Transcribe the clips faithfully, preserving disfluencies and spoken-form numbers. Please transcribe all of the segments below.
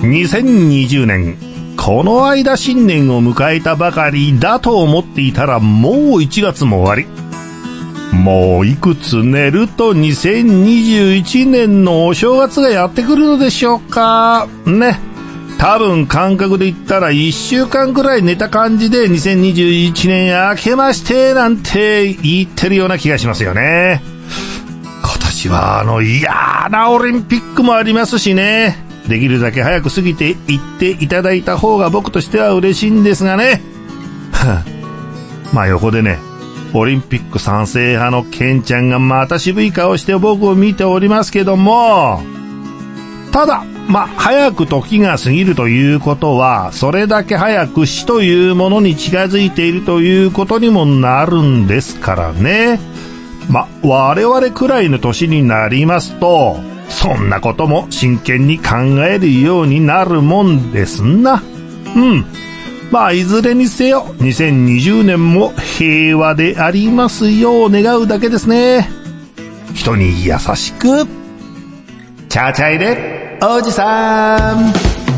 にせんにじゅうねん、この間新年を迎えたばかりだと思っていたら、もういちがつも終わり。もういくつ寝るとにせんにじゅういちねんのお正月がやってくるのでしょうかね。多分感覚で言ったらいっしゅうかんくらい寝た感じでにせんにじゅういちねん明けましてなんて言ってるような気がしますよね。今年はあの嫌なオリンピックもありますしね。できるだけ早く過ぎていっていただいた方が僕としては嬉しいんですがね。まあ横でね、オリンピック賛成派のケンちゃんがまた渋い顔して僕を見ておりますけども、ただまあ早く時が過ぎるということは、それだけ早く死というものに近づいているということにもなるんですからね。まあ我々くらいの年になりますと、そんなことも真剣に考えるようになるもんですな。うん。まあいずれにせよにせんにじゅうねんも平和でありますよう願うだけですね。人に優しく、チャチャイでおじさん。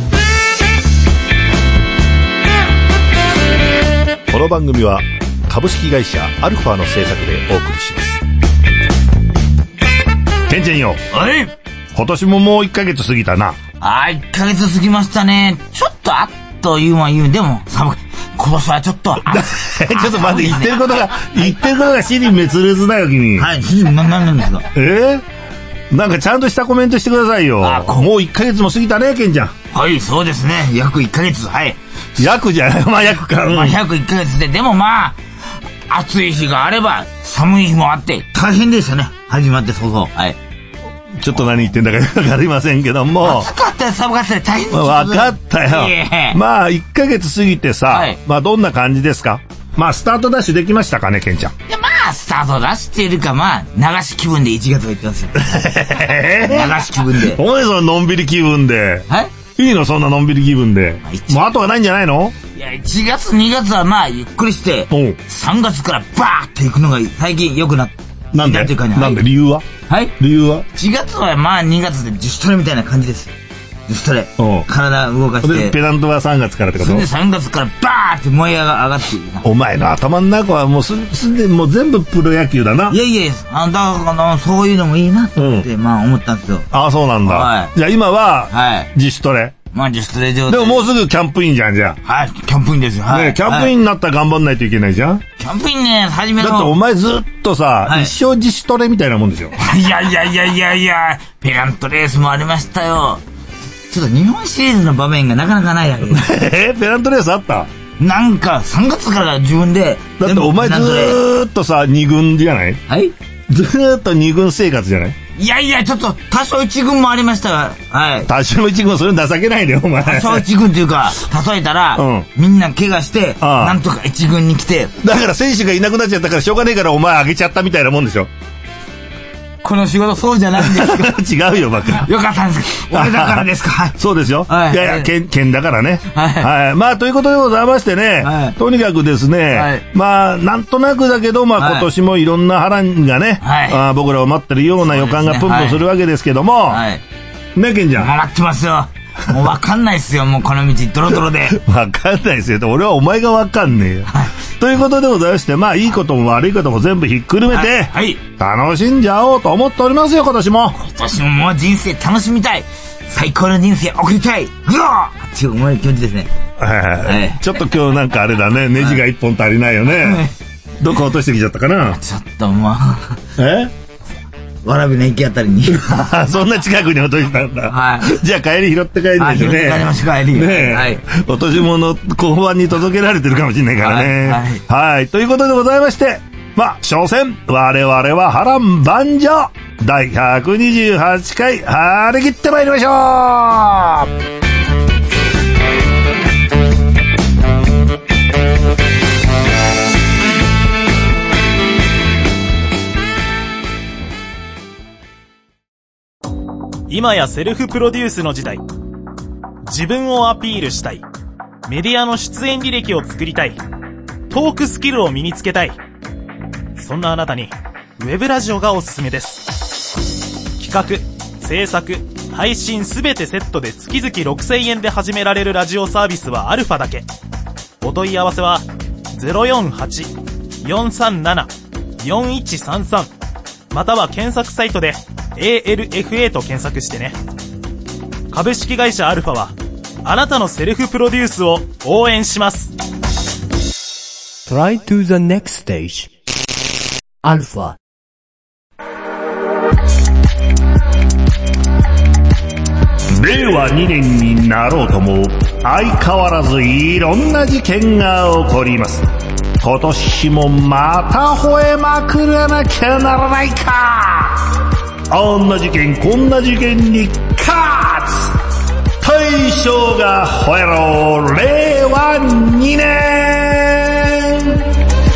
この番組は株式会社アルファの制作でお送りします。ケンちゃんよ。 はい。 今年ももういっかげつ過ぎたな。 あー、いっかげつ過ぎましたね。ちょっとあっという間言う。でも寒く、今年はちょっとちょっと待って、言ってることが、言ってることが死に滅裂だよ君。 はい、死にな、なんなんですか。 えー、なんかちゃんとしたコメントしてくださいよ。あ、もういっかげつも過ぎたね、ケンちゃん。 はい、そうですね。約いっかげつ。はい。 約じゃない、まあ約か。 まあ約いっかげつで、でもまあ暑い日があれば寒い日もあって大変でしたね。始まってそうそう。はい。 ちょっと何言ってんだかわかりませんけども。 暑かったよ、寒かったよ、大変でした。 わかったよ。まあいっかげつ過ぎてさ、はい、まあどんな感じですか。まあスタートダッシュできましたかね、ケンちゃん。 いや、まあスタートダッシュっていうか、まあ流し気分でいちがつは行ってますよ。流し気分で。 お前そののんびり気分で。 はい。 いいの、そんなのんびり気分で。もうあとはないんじゃないの。 いや、いちがつにがつはまあゆっくりして、さんがつからバーって行くのが最近良くなって。 なんで、 ていうかね、 なんで、理由は。 はい。 理由は。 いちがつはまあにがつで自主トレみたいな感じです。自主トレ。体動かして。 ペナントはさんがつからってこと。 それでさんがつからバーって燃え上がっている。 お前の頭の中はもうすすでにもう全部プロ野球だな。 いやいや、あだからそういうのもいいなって、うん、まあ思ったんですよ。 ああ、そうなんだ。はい、じゃあ今は、はい、自主トレ。 まあ自主トレ上でももうすぐキャンプインじゃん、じゃあ。はい、キャンプインですよ。はい。 ね、キャンプインになったら頑張んないといけないじゃん。 キャンプインね、初めの。 だってお前ずっとさ、はい、一生自主トレみたいなもんですよ。 いやいやいやいやいや、ペナントレースもありましたよ。ちょっと日本シリーズの場面がなかなかないだけど。 えー、ペナントレースあった？ なんかさんがつから自分で。 だってお前ずーっとさ、に軍じゃない？ はい。 ずーっとに軍生活じゃない？ いやいや、ちょっと多少いち軍もありましたが、はい。 多少いち軍、それ情けないで、お前。 多少いち軍っていうか、例えたら、うん、みんな怪我して、ああなんとかいち軍に来て。 だから選手がいなくなっちゃったからしょうがねえからお前あげちゃったみたいなもんでしょ。 この仕事そうじゃないんですか。違うよ、バカ。 よかったんですか。俺だからですか。 そうですよ。はい、いやいや、剣、剣だからね。はい。はい。まあ、ということでございましてね。はい。とにかくですね。はい。まあ、なんとなくだけど、まあ、今年もいろんな波乱がね。はい。あ僕らを待ってるような予感がプンプンするわけですけども。はい。ね、剣ちゃん。 待ってますよ。もうわかんないっすよ、もうこの道ドロドロで。 わかんないっすよ。俺はお前がわかんねえよ。はい。ということでございまして、まあいいことも悪いことも全部ひっくるめて、はい、楽しんじゃおうと思っておりますよ、今年も。 今年ももう人生楽しみたい。最高の人生送りたい。グローっていう思い気持ちですね。 はいはい。ちょっと今日なんかあれだね、ネジが一本足りないよね。はい、どっか落としてきちゃったかな。 ちょっともう。 えわらびの池あたりに。 そんな近くに落としたんだ。はい。じゃあ帰り拾って帰るんですね。 拾って帰りましょう、帰り。 ねえ。はい。落とし物後半に届けられてるかもしれないからね。はい。はい。はい。ということでございまして、まあ、所詮、我々は波乱万丈。だいひゃくにじゅうはちかい、張り切ってまいりましょう。 今やセルフプロデュースの時代。自分をアピールしたい。メディアの出演履歴を作りたい。トークスキルを身につけたい。そんなあなたにウェブラジオがおすすめです。企画、制作、 配信すべてセットで月々ろくせんえんで始められるラジオサービスはアルファだけ。お問い合わせは ゼロよんはち よんさんなな よんいちさんさん または検索サイトで エーエルエフエー と検索してね。株式会社アルファはあなたのセルフプロデュースを応援します。 Try to the next stage. アルファ。 れいわにねんになろうとも相変わらずいろんな事件が起こります。今年もまた吠えまくらなきゃならないか。あんな事件こんな事件にカツ大将が吠えろれいわにねん。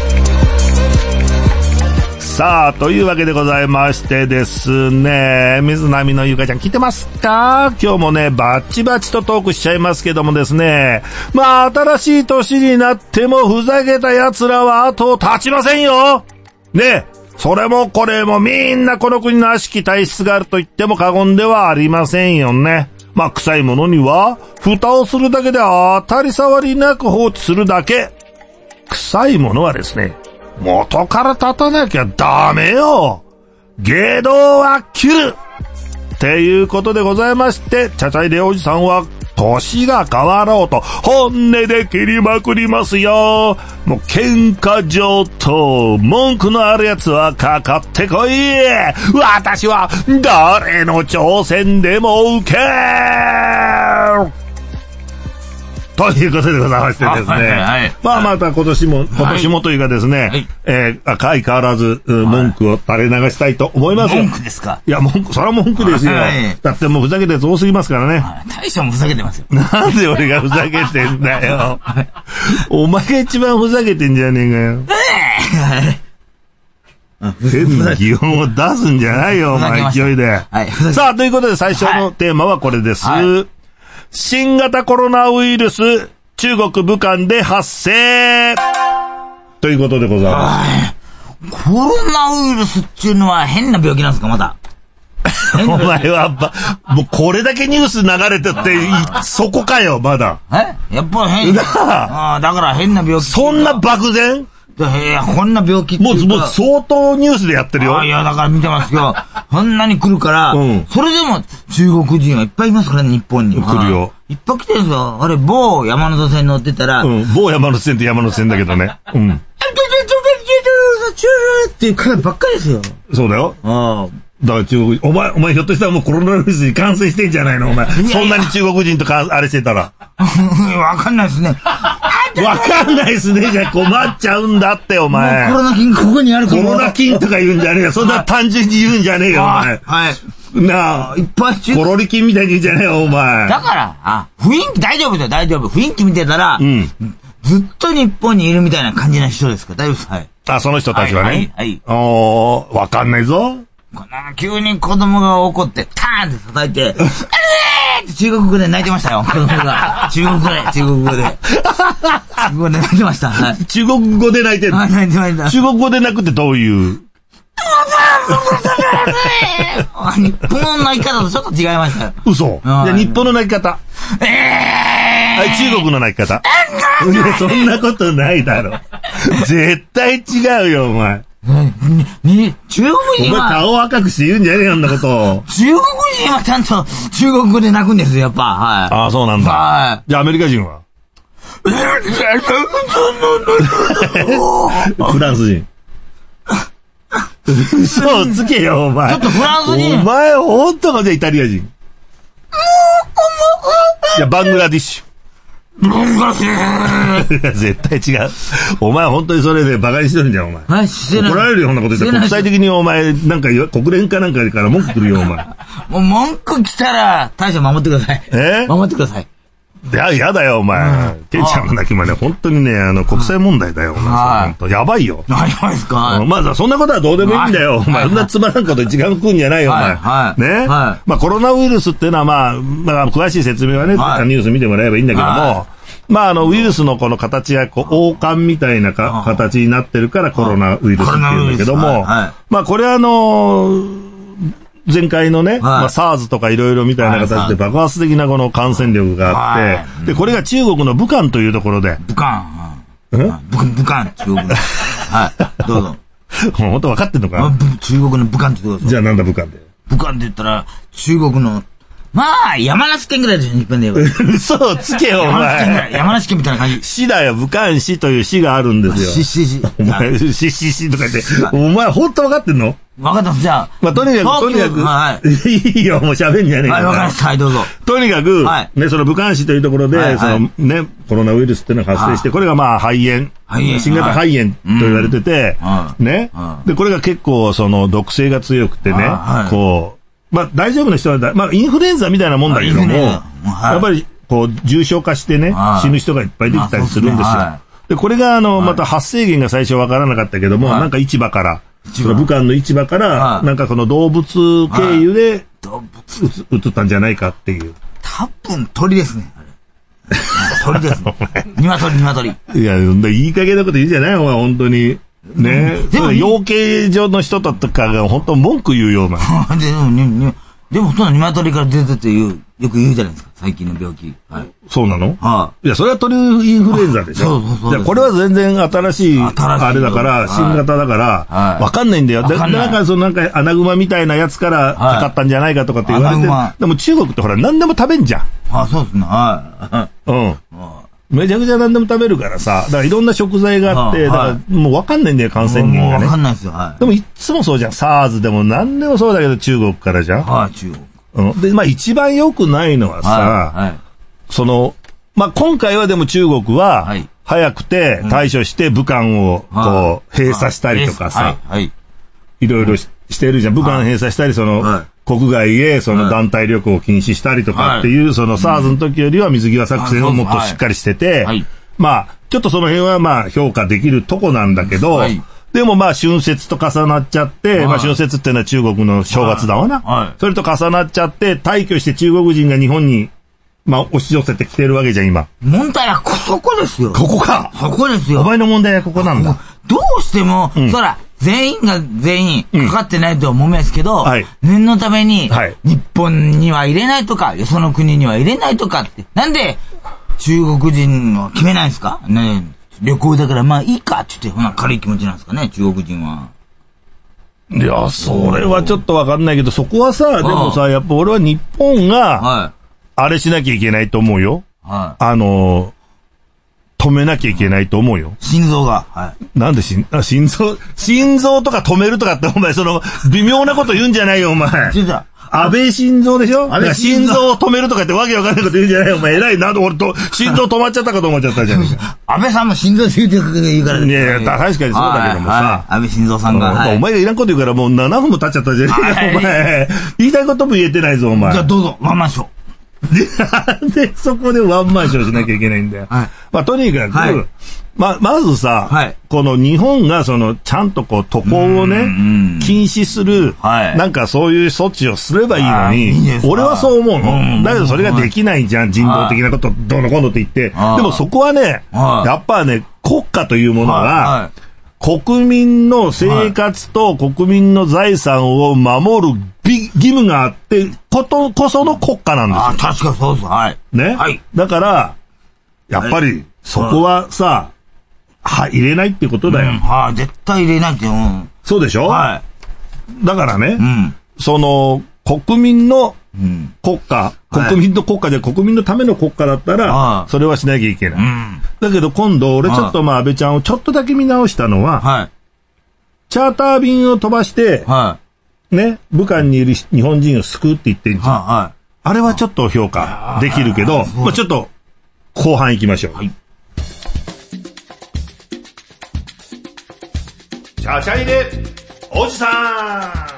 さあ、というわけでございましてですね、水波のゆかちゃん聞いてますか？今日もね、バッチバチとトークしちゃいますけどもですね、まあ、新しい年になってもふざけた奴らは後を絶ちませんよ。ね、それもこれもみんなこの国の悪しき体質があると言っても過言ではありませんよね。まあ、臭いものには、蓋をするだけで当たり障りなく放置するだけ。臭いものはですね、元から立たなきゃダメよ。外道は切るっていうことでございまして、チャチャイレおじさんは年が変わろうと本音で切りまくりますよ。もう喧嘩上等、文句のあるやつはかかってこい。私は誰の挑戦でも受けるということでございましてですね。はいはいはい、まあまた今年も、今年もというかですね、はい、えー、相変わらず、文句を垂れ流したいと思いますよ。 文句ですか？ いや、文句、それは文句ですよ。はい、だってもうふざけてやつ多すぎますからね。 大将もふざけてますよ。 なんで俺がふざけてんだよ。お前が一番ふざけてんじゃねえかよ。変な擬音を出すんじゃないよ、お前勢いで。はい、さあ、ということで最初のテーマはこれです。はいはい、新型コロナウイルス、中国武漢で発生ということでございます。 コロナウイルスっていうのは変な病気なんですか、まだ。 お前は、もうこれだけニュース流れてって、そこかよ、まだ。 えやっぱ変な。ああ、だから変な病気。 そんな漠然いや、こんな病気ってもう、もう相当ニュースでやってるよ。 あいや、だから見てますよ。こんなに来るから、うん、それでも中国人はいっぱいいますからね、日本に。 来るよ。 いっぱい来てるんですよ。あれ、某山手線乗ってたら。 うん、某山手線って山手線だけどね。うん。 っていう彼ばっかりですよ。 そうだよ。ああ。だから中国、お前、お前ひょっとしたらもうコロナウイルスに感染してんじゃないのお前。そんなに中国人とか、あれしてたら。 わかんないですね。 わかんないですね。じゃあ困っちゃうんだって、お前。 コロナ菌ここにあるコロナ菌とか言うんじゃねえよ。そんな単純に言うんじゃねえよ、お前。 はい。 なあ、 いっぱいコロリ菌みたいに言うんじゃねえよ、お前。 だから、あ、雰囲気大丈夫だよ、大丈夫。雰囲気見てたら、うん、ずっと日本にいるみたいな感じな人ですか、大丈夫です。はい。 あ、その人たちはね。はい、はい。はい、おー、わかんないぞ。 急に子供が怒って、ターンって叩いて、あれーって中国語で泣いてましたよ、子供が。中国語で、中国語で。中国語で泣いてました。はい、 中国語で泣いてるの？ はい、泣いてました。 中国語で泣くってどういう日本の泣き方とちょっと違いましたよ。 嘘。じゃあ日本の泣き方。えー、はい、中国の泣き方。そんなことないだろ。絶対違うよ、お前。 に、に、中国人は。 お前顔赤くして言うんじゃねえよ、あんなこと。 中国人はちゃんと中国語で泣くんですよ、やっぱ。はい。 ああ、そうなんだ。はい。じゃあアメリカ人はフランス人。嘘をつけよ、お前。 ちょっとフランス人。 お前、ほんとかじゃあイタリア人。じゃあバングラディッシュ。絶対違う。お前本当にそれでバカにしてるんじゃん、お前。 はい、してない。 怒られるようなこと言って国際的にお前、なんか国連かなんかから文句来るよ、お前。 もう文句来たら、大将守ってください。え守ってください。 いや、やだよ、お前。ケンちゃんの泣き真似、本当にね、あの、国際問題だよ、お前。本当やばいよ。 やばいですか？ まあ、そんなことはどうでもいいんだよ。お前、そんなつまらんこと一眼食うんじゃないよ、お前。ね。まあ、コロナウイルスっていうのは、まあ、まあ、詳しい説明はね、ニュース見てもらえばいいんだけども、まあ、あの、ウイルスのこの形が、こう、王冠みたいなか形になってるからコロナウイルスっていうんだけども、まあ、これはあの、 前回のね、 はい、 まあ SARS とかいろいろみたいな形で爆発的なこの感染力があって、はい、で、これが中国の武漢というところで。 武漢。うん、武漢、中国の。はい、どうぞ。 もう本当分かってんのか中国の武漢ってどうぞ。 じゃあなんだ武漢で。 武漢って言ったら、中国の、まあ、山梨県ぐらいでしょ、日本で言えば。 嘘をつけよ、お前。 山梨県ぐらい、山梨県みたいな感じ。 市だよ、武漢市という市があるんですよ。 市、市、市。 お前、市、市、市とか言って、お前ほんと分かってんの？ 分かってます、じゃあ。 まあ、とにかく、とにかく、はい。いいよ、もう喋んじゃねえか。 はい、分かりました。はい、どうぞ。 とにかく、はい、ね、その武漢市というところで、はいはい、そのね、コロナウイルスっていうのが発生して、はい、これがまあ、肺炎。肺炎。新型肺炎と言われてて、はい、ね、はい。で、これが結構、その、毒性が強くてね、はい、こう、まあ、大丈夫な人は、まあ、インフルエンザみたいなもんだけども、やっぱり、こう、重症化してね、死ぬ人がいっぱい出てたりするんですよ。で、これが、あの、また発生源が最初わからなかったけども、なんか市場から、その武漢の市場から、なんかこの動物経由で、移ったんじゃないかっていう。 多分鳥ですね。鳥ですね。鶏、鶏。 いや、いい加減なこと言うんじゃないお前、本当に。ねえ。でも、養鶏場の人とかが本当文句言うような。 でも、ね、でも、その鶏から出てっていう、よく言うじゃないですか、最近の病気。はい。 そうなの？ はあ、 いや、それは鳥インフルエンザでしょ。そうそうそう。いや、これは全然新しい、あれだから、新型だから、はい、わかんないんだよ。で、なんか、そのなんか、アナグマみたいなやつからかかったんじゃないかとかって言われて、はい、でも中国ってほら、何でも食べんじゃん。 ああ、そうですね。はい。うん。 めちゃくちゃ何でも食べるからさ、だからいろんな食材があって、だからもうわかんないんだよ、感染源がね。 わかんないですよ、はい。 でもいつもそうじゃん。SARS でも何でもそうだけど中国からじゃん。 はい、中国。 うん。で、まあ一番良くないのはさ、はいはい、その、まあ今回はでも中国は、早くて対処して武漢をこう、閉鎖したりとかさ、はいはい、いろいろしてるじゃん。武漢閉鎖したり、その、はい国外へその団体旅行を禁止したりとかっていう、はい、その SARS の時よりは水際作戦をもっとしっかりしてて、はい、まあ、ちょっとその辺はまあ評価できるとこなんだけど、はい、でもまあ春節と重なっちゃって、はい、まあ春節っていうのは中国の正月だわな、はいはい。それと重なっちゃって、退去して中国人が日本に、まあ押し寄せてきてるわけじゃん、今。 問題はそこですよ。 ここか。 そこですよ。 お前の問題はここなんだ。 どうしても、うん、そら、全員が全員かかってないと思うんですけど、うんはい、念のために、はい、日本には入れないとか、よその国には入れないとかって、なんで中国人は決めないんですかね、旅行だからまあいいかって言って、ほな軽い気持ちなんですかね、中国人は。 いや、それはちょっとわかんないけど、そこはさ、でもさ、やっぱ俺は日本が、あれしなきゃいけないと思うよ。はい、あの、止めなきゃいけないと思うよ。 心臓が。はい。 なんでしん、あ、心臓、心臓とか止めるとかって、お前、その、微妙なこと言うんじゃないよ、お前。安倍心臓でしょ安倍心臓を止めるとかってわけわかんないこと言うんじゃないよ、お前。偉いな、俺と、心臓止まっちゃったかと思っちゃったじゃん。 安倍さんも心臓言うて言うからね。 いやいや、確かにそうだけどもさ。 安倍心臓さんが。 お前がいらんこと言うからもうななふんも経っちゃったじゃねえか、お前。言いたいことも言えてないぞ、お前。 じゃあどうぞ、ワンマンショー。 で、で、そこでワンマンショーしなきゃいけないんだよ。はい、まあ、とにかく、はい、ま、まずさ、はい、この日本がその、ちゃんとこう、渡航をね、禁止する、はい、なんかそういう措置をすればいいのに、いい俺はそう思うの。だけどそれができないじゃん、人道的なこと、どうのこうのって言って。でもそこはね、やっぱね、国家というものが、国民の生活と国民の財産を守る義務があって、ことこその国家なんですよ。 あ、確かそうです。はい。 ね。はい。だから、やっぱり、そこはさ、はい、入れないってことだよ。うん、 はい、絶対入れないって、うん。 そうでしょ？はい。だからね、うん、その、国民の国家、うん、国民の国家で国民のための国家だったら、はい、それはしなきゃいけない。うん、だけど今度、俺ちょっとまあ安倍ちゃんをちょっとだけ見直したのは、はい、チャーター便を飛ばして、はい、ね、武漢にいる日本人を救うって言ってんじゃん。はいはい、あれはちょっと評価できるけど、まあちょっと後半行きましょう。はい、チャチャイでおじさん。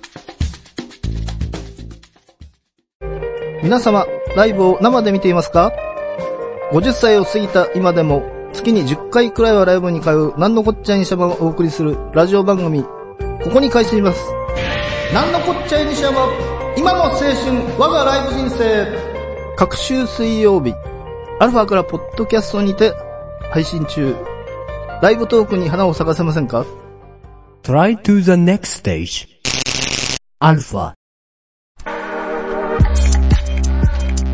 皆様、ライブを生で見ていますか？ごじゅっさいを過ぎた今でも月にじゅっかいくらいはライブに通うなんのこっちゃいにしゃばをお送りするラジオ番組、ここに開始します。なんのこっちゃいにしゃば、今の青春我がライブ人生。各週水曜日、アルファからポッドキャストにて配信中。ライブトークに花を咲かせませんか？ Try to the next stage. アルファ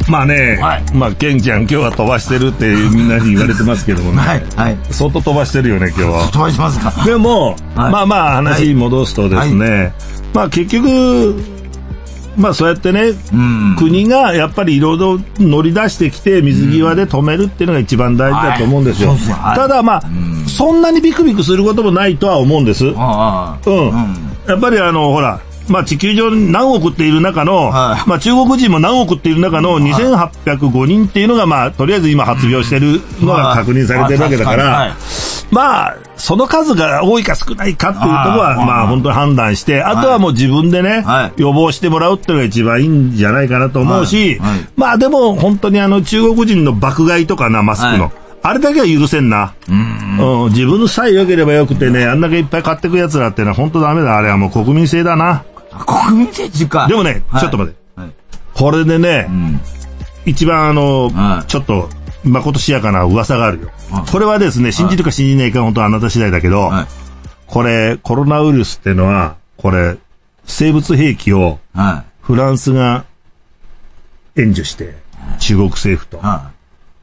まあね、 はい、 まあ、ケンちゃん今日は飛ばしてるってみんなに言われてますけどもね。 はい、はい。 相当飛ばしてるよね、今日は。 飛ばしますか。 でも、はい、まあまあ話戻すとですね、はい、まあ結局、まあそうやってね、うん、国がやっぱりいろいろ乗り出してきて水際で止めるっていうのが一番大事だと思うんですよ。はいはい、ただまあ、うん、そんなにビクビクすることもないとは思うんです。ああうん、うん。やっぱりあの、ほら、まあ地球上に何億っている中の、はい、まあ中国人も何億っている中のにせんはっぴゃくごにんっていうのがまあとりあえず今発病してるのが確認されてるわけだから、はい、まあその数が多いか少ないかっていうところはまあ本当に判断して、あとはもう自分でね、はい、予防してもらうっていうのが一番いいんじゃないかなと思うし、はいはい、まあでも本当にあの中国人の爆買いとかなマスクの、はい、あれだけは許せんな。うん、うん、自分さえ良ければよくてね、あんだけいっぱい買ってくやつらってのは本当ダメだ。あれはもう国民性だな。 国民性っていうか。 でもね、はい、ちょっと待って。はい、これでね、うん、一番あの、はい、ちょっと、まことしやかな噂があるよ。はい、これはですね、信じるか信じないか本当はあなた次第だけど、はい、これ、コロナウイルスっていうのは、これ、生物兵器を、フランスが援助して、中国政府と、はい、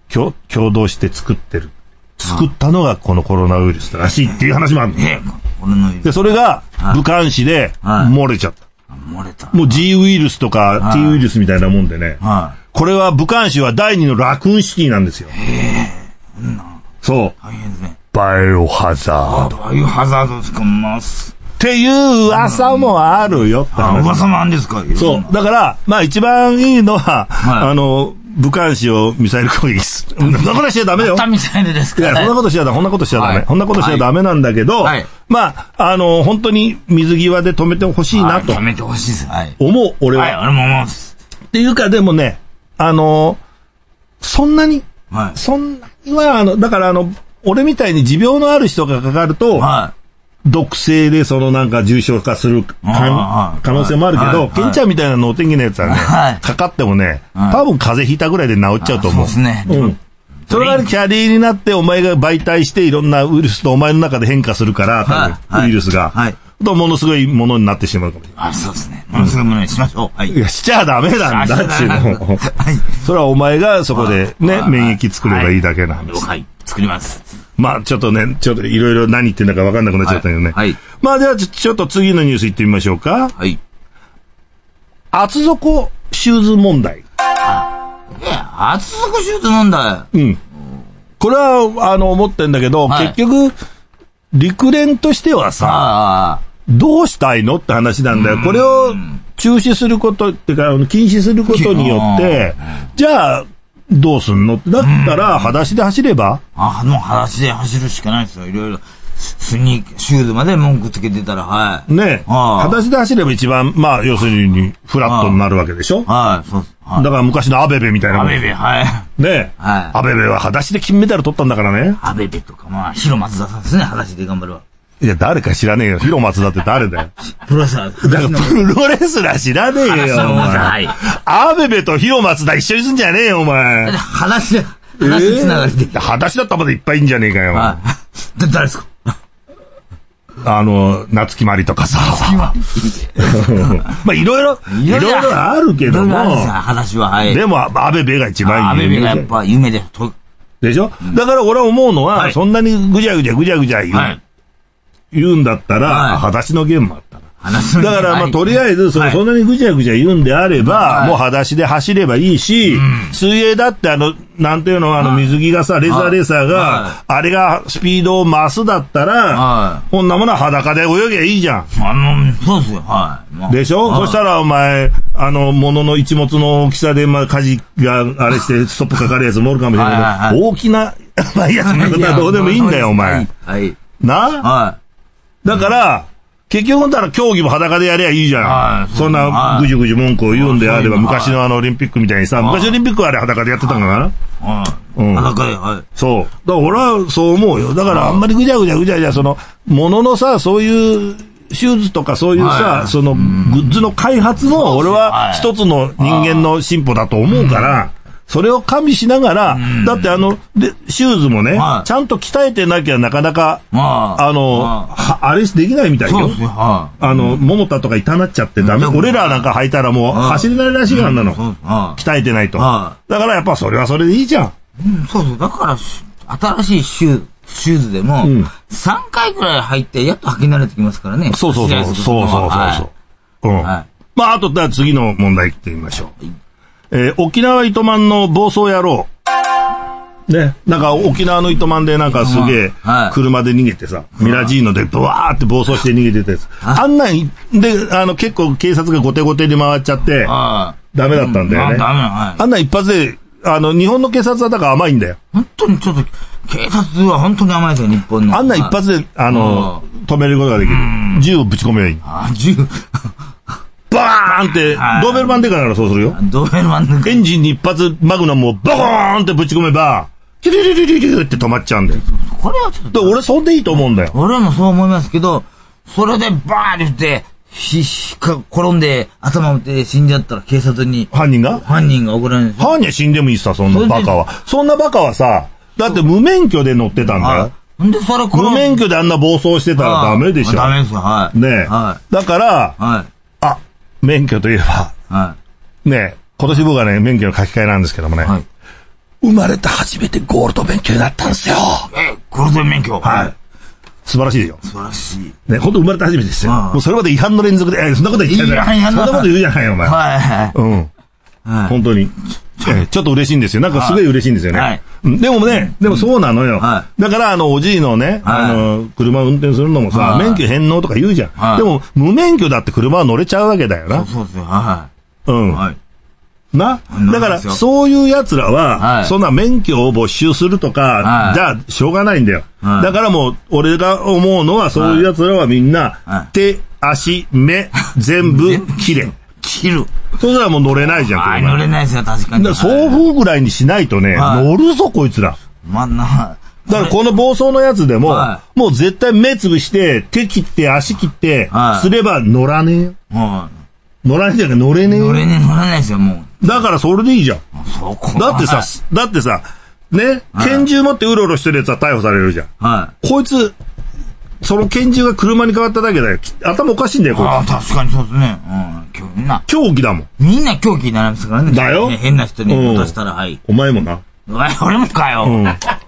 共、共同して作ってる。作ったのがこのコロナウイルスらしいっていう話もあるの。えー、で、それが武漢市で漏れちゃった。はい、漏れた。もう G ウイルスとか T ウイルスみたいなもんでね。はい、これは武漢市は第二のラクーンシティなんですよ。へー、うん、そう。大変ですね。バイオハザード。 バイオハザードですか、ます。 っていう噂もあるよって話。 あ、噂もあるんですか。 そう。だから、まあ一番いいのは、はい、あの、武漢市をミサイル攻撃する。そんなことしちゃダメよ。 またミサイルですか、ね、 いや、そんなことしちゃダメ。そんなことしちゃダメ。はい、そんなことしちゃダメなんだけど、はい、まあ、あの、本当に水際で止めてほしいなと。 はい、止めてほしいです。はい。 思う、俺は。 はい、俺も思うんです。 っていうか、でもね、あの、そんなに、はい、そんなには、あの、だからあの、俺みたいに持病のある人がかかると、はい、毒性でそのなんか重症化する可能性もあるけど、ケンちゃんみたいな脳天気なやつはね、はい、かかってもね、多分風邪ひいたぐらいで治っちゃうと思う。 そうですね。 うん。それがキャリーになってお前が媒体していろんなウイルスとお前の中で変化するから、多分ウイルスが。はい。とものすごいものになってしまうかもしれない。 あ、そうですね。ものすごいものにしましょう。はい。 いや、しちゃダメなんだっていうの。はい。それはお前がそこでね、免疫作ればいいだけなんです。 はい。作ります。 まあちょっとね、ちょっといろいろ何言ってんだか分かんなくなっちゃったけどね。はい。はい、まあじゃあちょ、ちょっと次のニュース行ってみましょうか。はい。厚底シューズ問題。 あ、え、厚底シューズ問題。 うん。これは、あの、思ってんだけど、はい、結局、陸連としてはさ、どうしたいのって話なんだよ。これを中止することっていうか、禁止することによって、じゃあ、どうすんのだったら、裸足で走れば、 あ、もう裸足で走るしかないですよ。いろいろ。スニーク、シューズまで文句つけてたら、はい。 ねえ。裸足で走れば一番、まあ、要するに、フラットになるわけでしょ。はい、そうです。はい、だから昔のアベベみたいなもん。 アベベ、はい。 ねえ。はい。アベベは裸足で金メダル取ったんだからね。 アベベとか、まあ、ヒロ松田さんですね、裸足で頑張るわ。 いや、誰か知らねえよ。ヒロ松田って誰だよ。 プロレスラー。 だからプロレスラー知らねえよ、お前。はい。アベベとヒロ松田一緒にすんじゃねえよ、お前。 裸足で、裸足つながりで。 裸足だったらまだいっぱいいんじゃねえかよ。はい。 で、誰ですか？ あの、夏木マリとかさ。夏木マリ。まあ、いろいろ、いろいろあるけども。いろいろあるんですよ、話は。はい。でも、アベベが一番有名。アベベがやっぱ有名で。 でしょ、うん、だから俺は思うのは、はい、そんなにぐじゃぐじゃぐじゃぐじゃ言う。はい、言うんだったら、はい、裸足のゲームもあったら。だから、まあ、とりあえず、その、はい、そんなにぐちゃぐちゃ言うんであれば、はい、もう裸足で走ればいいし、うん、水泳だってあの、なんていうの、あの、水着がさ、レーザーレーサーが、はい、あれがスピードを増すだったら、はい、こんなものは裸で泳げばいいじゃん。 あの、そうですよ、はい。まあ、 でしょ、はい、そしたらお前、あの、物の一物の大きさで、まあ、舵があれして、ストップかかるやつもおるかもしれないけど、はいはいはい、大きな、まあ、いや、そんなことはどうでもいいんだよ、お前。はい。な、はい。だから、結局だから競技も裸でやりゃいいじゃん。はい、そんなぐじゅぐじゅ文句を言うんであれば、昔のあのオリンピックみたいにさ、昔オリンピックはあれ裸でやってたんかな、はい、うん。裸で、はい。そう。だから俺はそう思うよ。だからあんまりぐじゃぐじゃぐじゃぐじゃ、その、もののさ、そういうシューズとかそういうさ、はい、そのグッズの開発も俺は一つの人間の進歩だと思うから、 それを加味しながら、だってあの、で、シューズもね、はい、ちゃんと鍛えてなきゃなかなか、あ, あの、あ, あれできないみたいよ。そうですね、はい。あの、桃田とか痛なっちゃってダメ。俺らなんか履いたらもう走れないらしいからなの。鍛えてないと。だからやっぱそれはそれでいいじゃん。 うん、そうそう。だから、新しいシュー、シューズでも、さんかいくらい履いて、やっと履き慣れてきますからね。 そうそうそう。そうそうそうそう。はい、うん。はい、まあ、あと、次の問題いってみましょう。えー、沖縄糸満の暴走野郎。ね。なんか沖縄の糸満でなんかすげえ車で逃げてさ、はい、ミラジーノでブワーって暴走して逃げてたやつ。あんなんで、あの結構警察がゴテゴテに回っちゃって、ダメだったんだよね。うん、あ, ダメはい、あんなん一発で、あの、日本の警察はだから甘いんだよ。 本当にちょっと、警察は本当に甘いですよ、日本の。 あんなん一発で、あの、止めることができる。銃をぶち込めばいい。 あ、銃。 バーンって、ドーベルマンデカならそうするよ。 ドーベルマンデカ。 エンジンに一発マグナムをバコーンってぶち込めば、キュリリリリリリって止まっちゃうんだよ。これはちょっと。俺そんでいいと思うんだよ。 俺もそう思いますけど、それでバーンって、ひ、ひか、転んで頭打って死んじゃったら警察に。 犯人が犯人が怒られる。 犯人は死んでもいいさ、そんなバカは。そんなバカはさ、だって無免許で乗ってたんだよ。 んで、それ無免許であんな暴走してたらダメでしょ。 ダメですよ、はい。 ねえ。はい。だから、はい。あ、免許といえば、はい。ねえ、今年僕はね、免許の書き換えなんですけどもね。はい。生まれて初めてゴールド免許になったんですよ。 え、ゴールド免許はい。素晴らしいよ。 素晴らしい。 ね、本当生まれて初めてですよ。もうそれまで違反の連続で、え、そんなこと言ってない。そんなこと言うじゃないよ、お前。はいはい。うん。はい。本当に。え、ちょっと嬉しいんですよ。なんかすごい嬉しいんですよね。はい。でもね、でもそうなのよ。はい。だから、あの、おじいのね、あの、車を運転するのもさ、免許返納とか言うじゃん。はい。でも、無免許だって車は乗れちゃうわけだよな。 そうですよ。はい。 うん。はい。な。だから、そういう奴らは、そんな免許を没収するとか、じゃあ、しょうがないんだよ。だからもう、俺が思うのは、そういう奴らはみんな、手、足、目、全部、切れ。 切る。 そしたらもう乗れないじゃん、 はい、乗れないですよ、確かに。 だから送風ぐらいにしないとね、乗るぞ、こいつら。 まあ、な、 だからこの暴走のやつでも、もう絶対目つぶして、手切って、足切って、すれば乗らねえよ。乗らねえじゃんか、乗れねえよ。 乗れねえ、乗らないですよ、もう。 だからそれでいいじゃん。 そこだってさ、だってさ、ね、拳銃持ってうろうろしてるやつは逮捕されるじゃん。はい。こいつ、その拳銃が車に変わっただけだよ。頭おかしいんだよ、こいつ。 ああ、確かにそうですね。うん。みんな。 狂気だもん。 みんな狂気になりますからね。 だよ。 変な人に渡したら、はい。 お前もな。 俺もかよ。うん。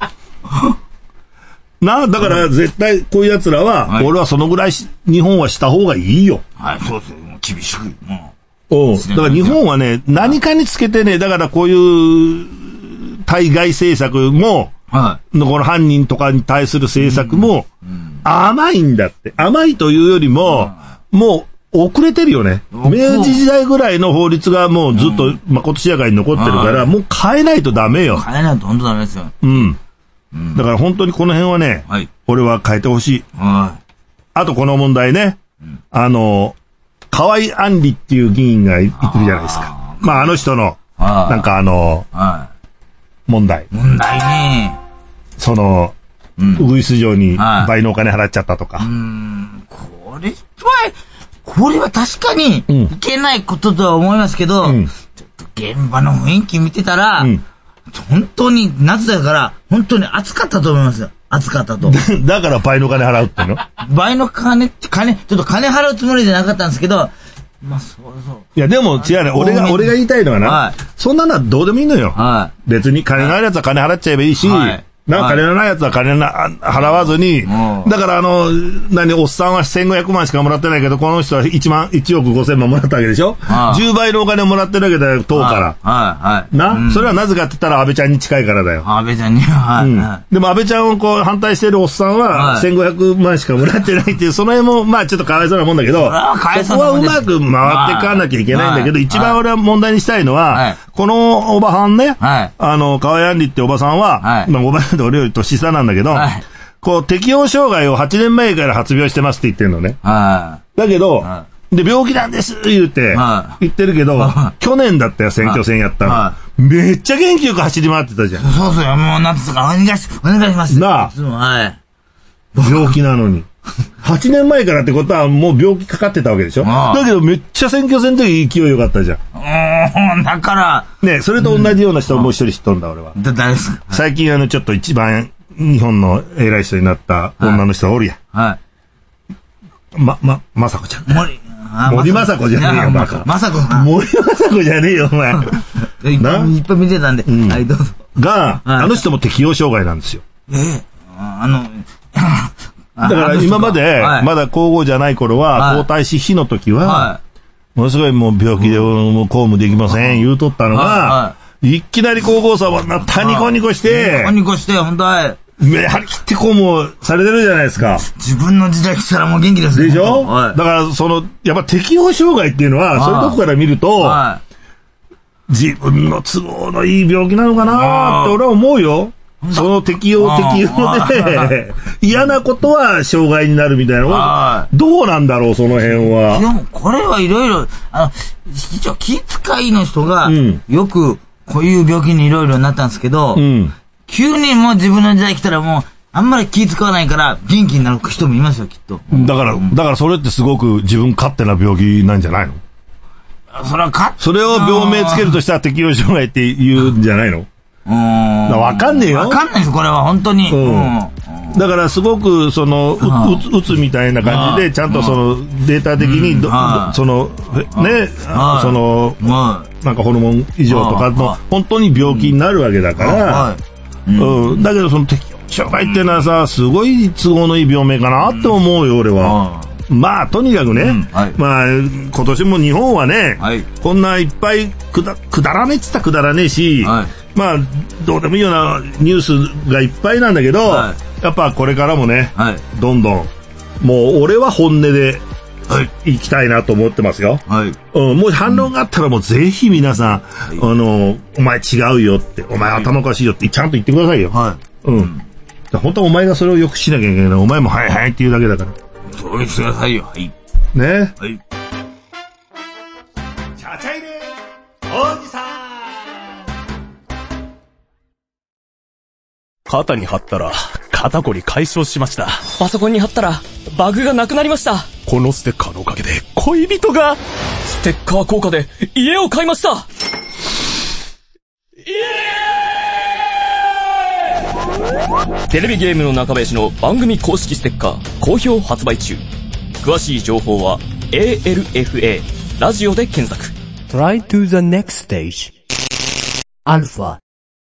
な、だから絶対こういう奴らは、俺はそのぐらい日本はした方がいいよ。 はい、そうですよ。厳しく。 うん。だから日本はね、何かにつけてね、だからこういう対外政策も、はい、この犯人とかに対する政策も、甘いんだって。甘いというよりも、もう遅れてるよね。明治時代ぐらいの法律がもうずっとまことしやかに残ってるから、もう変えないとダメよ。 変えないと本当ダメですよ。 うん。だから本当にこの辺はね、はい、俺は変えてほしい。はい、あとこの問題ね、あの、河合案里っていう議員がいるじゃないですか。まああの人の、なんかあの、問題。 問題ね。 その、ウグイス城に倍のお金払っちゃったとか。 うん、これは、これは確かにいけないこととは思いますけど、うん、ちょっと現場の雰囲気見てたら、うん、本当に夏だから、本当に暑かったと思いますよ。暑かったと。 だから倍の金払うっての倍の金って、金、ちょっと金払うつもりじゃなかったんですけど、まあ、そうそう。 いや、でも違うね。俺が、俺が言いたいのはな、はい、そんなのはどうでもいいのよ。はい、別に金のあるやつは金払っちゃえばいいし、はいな、はい、金のないやつは金な払わずに、うん、だからあの、何、おっさんはせんごひゃくまんしかもらってないけど、この人はいちまん、いちおくごせんまんもらったわけでしょ、はい、じゅうばいのお金もらってるわけだよ、党から。はい、はい。な、うん、それはなぜかって言ったら安倍ちゃんに近いからだよ。 安倍ちゃんに、はい。うん、 でも安倍ちゃんをこう反対してるおっさんは、せんごひゃくまんしかもらってないっていう、その辺も、まあちょっとかわいそうなもんだけど、そこはうまく回っていかなきゃいけないんだけど、一番俺は問題にしたいのは、はい、このおばはんね、はい、あの、河合案里っておばさんは、はい、まあおばさんで俺より年下なんだけど、はい、こう、適応障害をはちねんまえから発病してますって言ってるのね。はい、だけど、はい、で、病気なんです言って、はい、言ってるけど、はい、去年だったよ、選挙戦やったの。はい、めっちゃ元気よく走り回ってたじゃん。 そうそうよ、もうなんつうか、お願いし、お願いします。 なあ。 はい。 病気なのに。 はちねんまえからってことはもう病気かかってたわけでしょ。だけどめっちゃ選挙戦の時勢い良かったじゃん。 うん、だから。 ね、それと同じような人をもう一人知っとんだ、俺は。 だ、誰ですか？ 最近あの、ちょっと一番日本の偉い人になった女の人がおるやん。はい。ま、ま、まさこちゃん。 森、 森まさこじゃねえよ、バカ。 まさこ森まさこじゃねえよ、お前。 いっぱい、いっぱい見てたんで。はい、どうぞ。 が、あの人も適応障害なんですよ。 ええ、あの、 だから今まで、まだ皇后じゃない頃は、皇太子妃の時は、ものすごいもう病気でもう公務できません、言うとったのが、いきなり皇后様になったニコニコして、 ニコニコして、本当は、 目張り切って公務されてるじゃないですか。 自分の時代来たらもう元気ですね。 でしょ？だからその、やっぱ適応障害っていうのは、そういうとこから見ると、自分の都合のいい病気なのかなって俺は思うよ。その適応適応で嫌なことは障害になるみたいなのはどうなんだろう、その辺は。 でもこれはいろいろ、あの、一応気遣いの人がよくこういう病気にいろいろなったんですけど、うん、急にもう自分の時代来たらもうあんまり気遣わないから元気になる人もいますよ、きっと。 だから、だからそれってすごく自分勝手な病気なんじゃないの？ それはかそれを病名つけるとしたら適応障害って言うんじゃないの？うん。わかんねえよ。 わかんないです、これは、本当に。うん。 だから、すごく、その、う、うつみたいな感じで、ちゃんとその、データ的に、その、ね、その、なんかホルモン異常とかの、本当に病気になるわけだから、うん。だけど、その適応障害っていうのはさ、すごい都合のいい病名かなって思うよ、俺は。まあ、とにかくね、うんはい、まあ、今年も日本はね、はい、こんないっぱいくだ、くだらねえっつったらくだらねえし、はい、まあ、どうでもいいようなニュースがいっぱいなんだけど、はい、やっぱこれからもね、はい、どんどん、もう俺は本音で、はい、行きたいなと思ってますよ。はいうん、もし反論があったらもうぜひ皆さん、はい、あの、お前違うよって、お前頭おかしいよってちゃんと言ってくださいよ。はい、うん。本当はお前がそれをよくしなきゃいけない。お前もはいはいって言うだけだから。 そうしてくださいよ。はい。 ね。 はい。 ちゃちゃいねおじさん。 肩に貼ったら肩こり解消しました。 パソコンに貼ったらバグがなくなりました。 このステッカーのおかげで恋人が。 ステッカー効果で家を買いました。イエーイ！テレビゲームの中林の番組公式ステッカー好評発売中。詳しい情報は エーエルエフエー ラジオで検索。 Try to the next stage アルファ。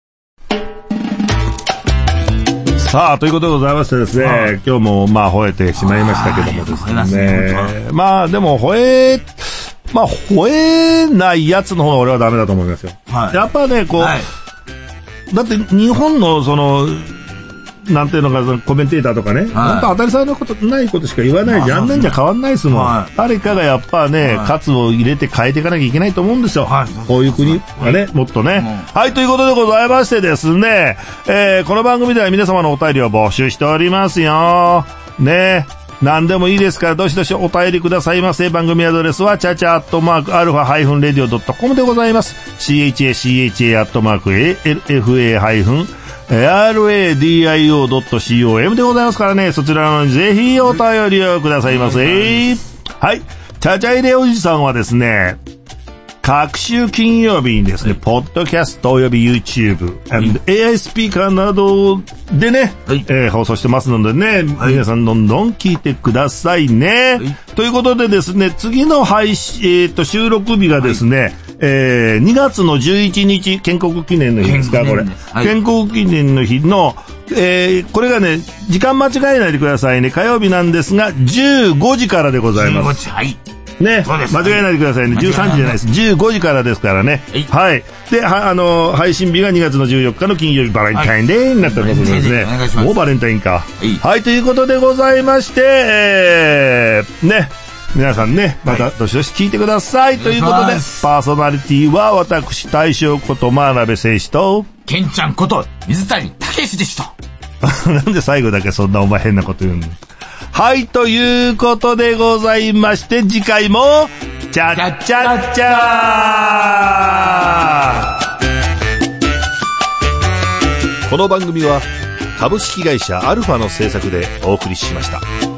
さあということでございましてですね、ああ今日もまあ吠えてしまいましたけどもですね、まあでも吠えまあ吠えないやつの方が俺はダメだと思いますよ、はい、やっぱねこう、はい、だって日本のそのなんていうのかコメンテーターとかね、はい、本当当たり障りのことないことしか言わないじゃんねんじゃ変わんないですもん、はい、誰かがやっぱね、はい、喝を入れて変えていかなきゃいけないと思うんですよ、はい、こういう国はね、はい、もっとね、はい、はい、ということでございましてですね、えー、この番組では皆様のお便りを募集しておりますよね。何でもいいですからどしどしお便りくださいませ。番組アドレスはチャチャアットマークアルファハイフンレディオドットコムでございます。 チャチャチャアットマーク エルエフエー ハイフンアールエーディーアイオードットコム でございますからね、そちらのぜひお便りをくださいませ。はい。チャチャイレおじさんはですね、各週金曜日にですね、ポッドキャストおよび YouTube、はい、エーアイ スピーカーなどでね、はい、えー、放送してますのでね、はい、皆さんどんどん聞いてくださいね。はい、ということでですね、次の配信、えー、と収録日がですね、はい、えー、にがつのじゅういちにち、建国記念の日ですか、これ。はい、建国記念の日の、えー、これがね、時間間違えないでくださいね。火曜日なんですが、じゅうごじからでございます。 じゅうごじ、はい。 ね、間違えないでくださいね。じゅうさんじじゃないです。じゅうごじからですからね。はい。で、は、あの、配信日がにがつのじゅうよっかの金曜日、バレンタインデーになってますのでですね。もうバレンタインか。はい。はい、ということでございまして、えー、ね。皆さんね、またどしどし聞いてください。ということで、パーソナリティは私、大将こと真鍋誠司と、 ケンちゃんこと水谷武史でした。 なんで最後だけそんなお前変なこと言うの？はい、ということでございまして、次回も、チャッチャッチャー。この番組は、株式会社アルファの制作でお送りしました。